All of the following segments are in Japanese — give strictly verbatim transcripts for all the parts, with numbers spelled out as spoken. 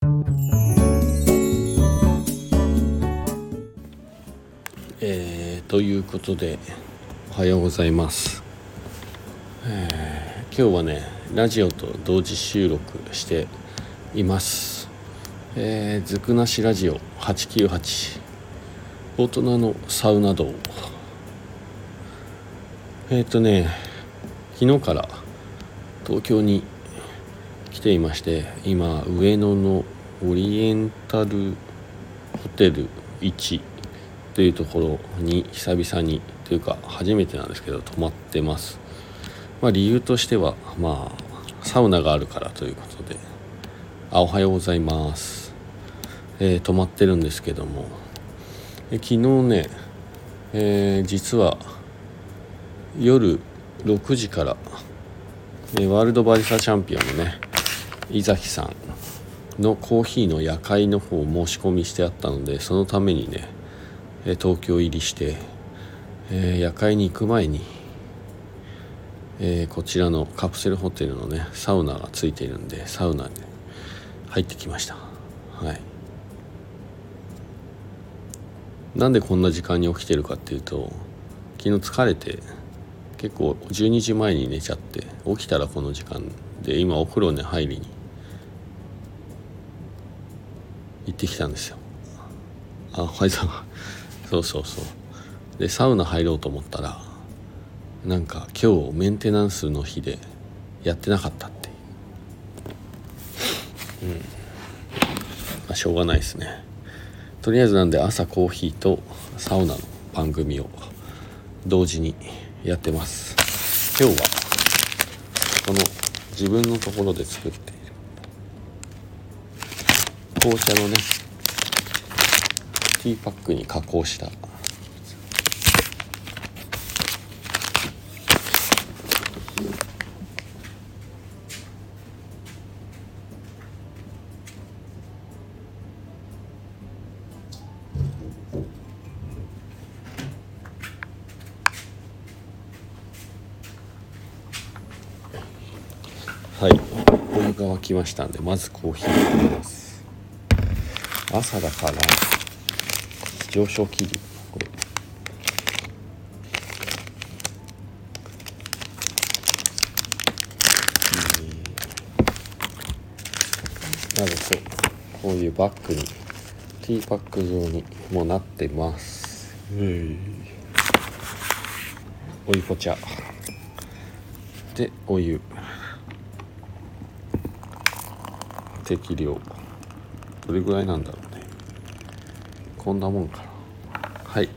えー、ということでおはようございます、えー、今日はねラジオと同時収録しています、えー、ずくなしラジオはちきゅうはち大人のサウナ道。えっ、ー、とね昨日から東京に来ていまして、今上野のオリエンタルホテルいちというところに久々にというか初めてなんですけど泊まってます。まあ理由としてはまあサウナがあるからということで、あおはようございます、えー、泊まってるんですけども、え昨日ね、えー、実は夜ろくじから、えー、ワールドバリスタチャンピオンのね井崎さんのコーヒーの夜会の方を申し込みしてあったので、そのためにね東京入りして、えー、夜会に行く前に、えー、こちらのカプセルホテルのねサウナがついているんでサウナに入ってきました。はい。なんでこんな時間に起きてるかっていうと、昨日疲れて結構じゅうにじまえに寝ちゃって、起きたらこの時間で今お風呂に入りに行ってきたんですよ。あはいそうそうそうでサウナ入ろうと思ったらなんか今日メンテナンスの日でやってなかったっていう、うんまあ、しょうがないですね。とりあえずなんで朝コーヒーとサウナの番組を同時にやってます。今日はこの自分のところで作っている紅茶のねティーパックに加工したはいお湯が沸きましたんで、まずコーヒーを入れます。朝だから上昇気流これなるとこういうバッグにティーパック状にもなってます。お湯ぽちゃでお湯適量どれぐらいなんだろうね。こんなもんかな。はい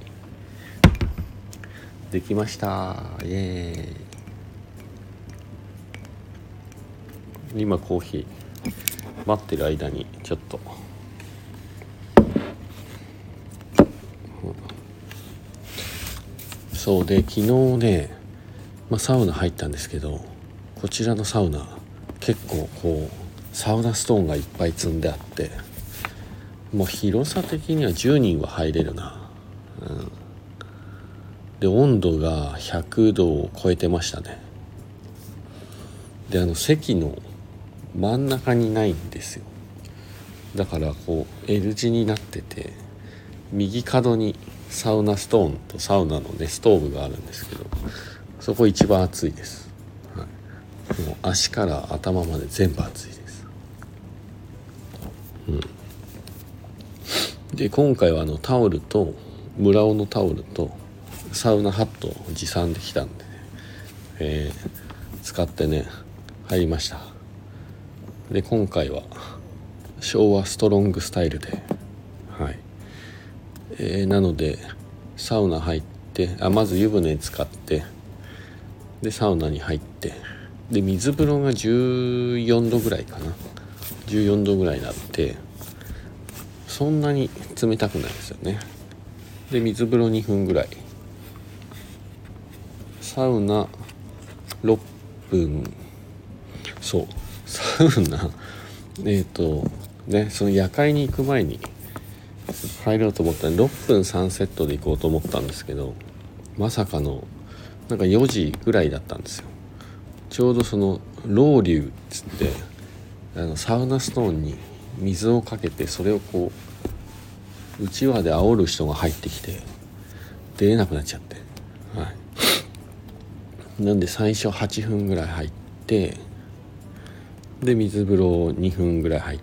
できました。イエーイ。今コーヒー待ってる間にちょっとそうで昨日ね、まあ、サウナ入ったんですけど、こちらのサウナ結構こうサウナストーンがいっぱい積んであって、もう広さ的にはじゅうにんは入れるな、うん、で温度がひゃくどを超えてましたね。であの席の真ん中にないんですよ。だからこう L 字になってて、右角にサウナストーンとサウナのねストーブがあるんですけど、そこ一番暑いです、はい、もう足から頭まで全部暑いです、うん、で今回はあのタオルと村尾のタオルとサウナハットを持参できたんで、ねえー、使ってね入りました。で今回は昭和ストロングスタイルで、はいえー、なのでサウナ入ってあまず湯船に浸かって、でサウナに入って、で水風呂がじゅうよんどぐらいかな、じゅうよんどぐらいになって、そんなに冷たくないですよね。で水風呂にふんぐらい、サウナろっぷん、そうサウナえっとねその夜会に行く前に入ろうと思ったらろっぷんさんセットで行こうと思ったんですけど、まさかのなんかよじぐらいだったんですよ。ちょうどそのロウリュっつってあのサウナストーンに水をかけて、それをこううちわで煽る人が入ってきて出れなくなっちゃって、はい、なんで最初はちふんぐらい入って、で水風呂にふんぐらい入って、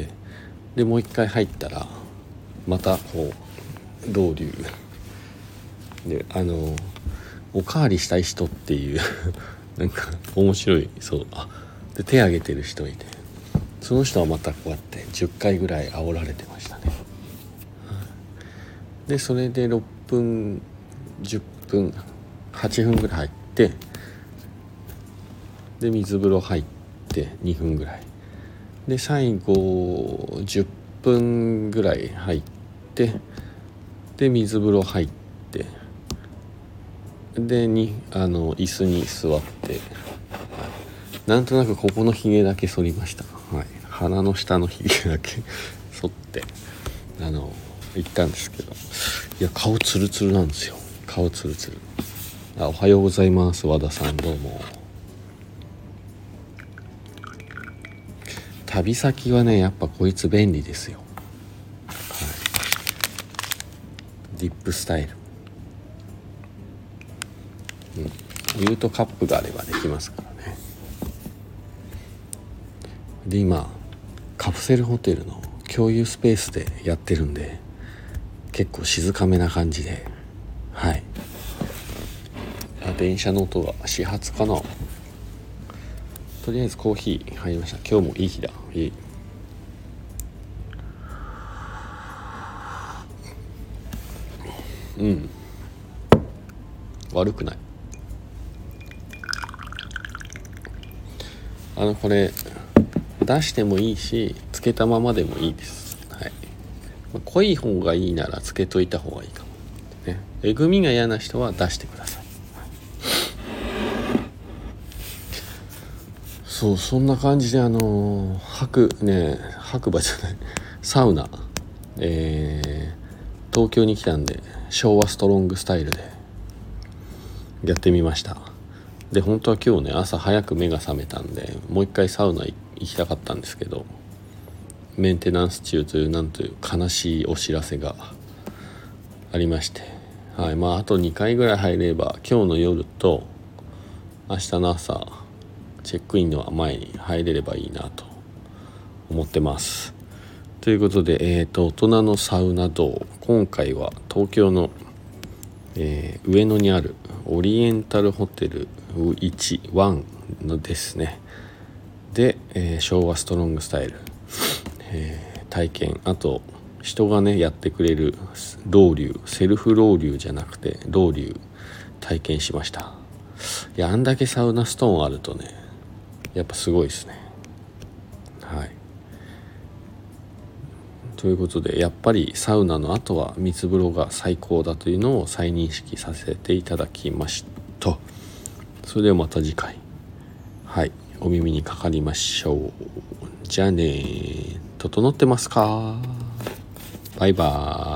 でもう一回入ったらまたこうロウリュで、あのおかわりしたい人っていうなんか面白い、そうあで手挙げてる人いて、その人はまたこうやってじゅっかいぐらい煽られてましたね。でそれでろっぷんじゅっぷんはちふんぐらい入って、で水風呂入ってにふんぐらいで、最後じゅっぷんぐらい入って、で水風呂入って、でにあの椅子に座って、なんとなくここのひげだけ剃りました、はい、鼻の下のひげだけ剃ってあの行ったんですけど、いや顔ツルツルなんですよ。顔ツルツル。あ、おはようございます、和田さん、どうも。旅先はねやっぱこいつ便利ですよ、はい、ディップスタイル、うん、お湯とカップがあればできますからね。で今カプセルホテルの共有スペースでやってるんで、結構静かめな感じで、はい。あ、電車の音が始発かな。とりあえずコーヒー入りました。今日もいい日だ。いい。うん。悪くない。あのこれ出してもいいし、つけたままでもいいです。はい。濃い方がいいならつけといた方がいいかも。ね。えぐみが嫌な人は出してください。そう、そんな感じであの白ね白馬じゃないサウナ、えー、東京に来たんで昭和ストロングスタイルでやってみました。で本当は今日ね朝早く目が覚めたんでもう一回サウナ行きたかったんですけど、メンテナンス中というなんという悲しいお知らせがありまして、はい、まああとにかいぐらい入れば今日の夜と明日の朝チェックインの前に入れればいいなと思ってます。ということで、えーと、大人のサウナ道、今回は東京の、えー、上野にあるオリエンタルホテルいち、いちのですねで、えー、昭和ストロングスタイル、えー、体験、あと人がねやってくれるロウリュ、セルフロウリュじゃなくてロウリュ体験しました。いや、あんだけサウナストーンあるとねやっぱすごいですね。はい。ということでやっぱりサウナの後は水風呂が最高だというのを再認識させていただきました。それではまた次回、はい、お耳にかかりましょう。じゃあね、整ってますか？バイバーイ。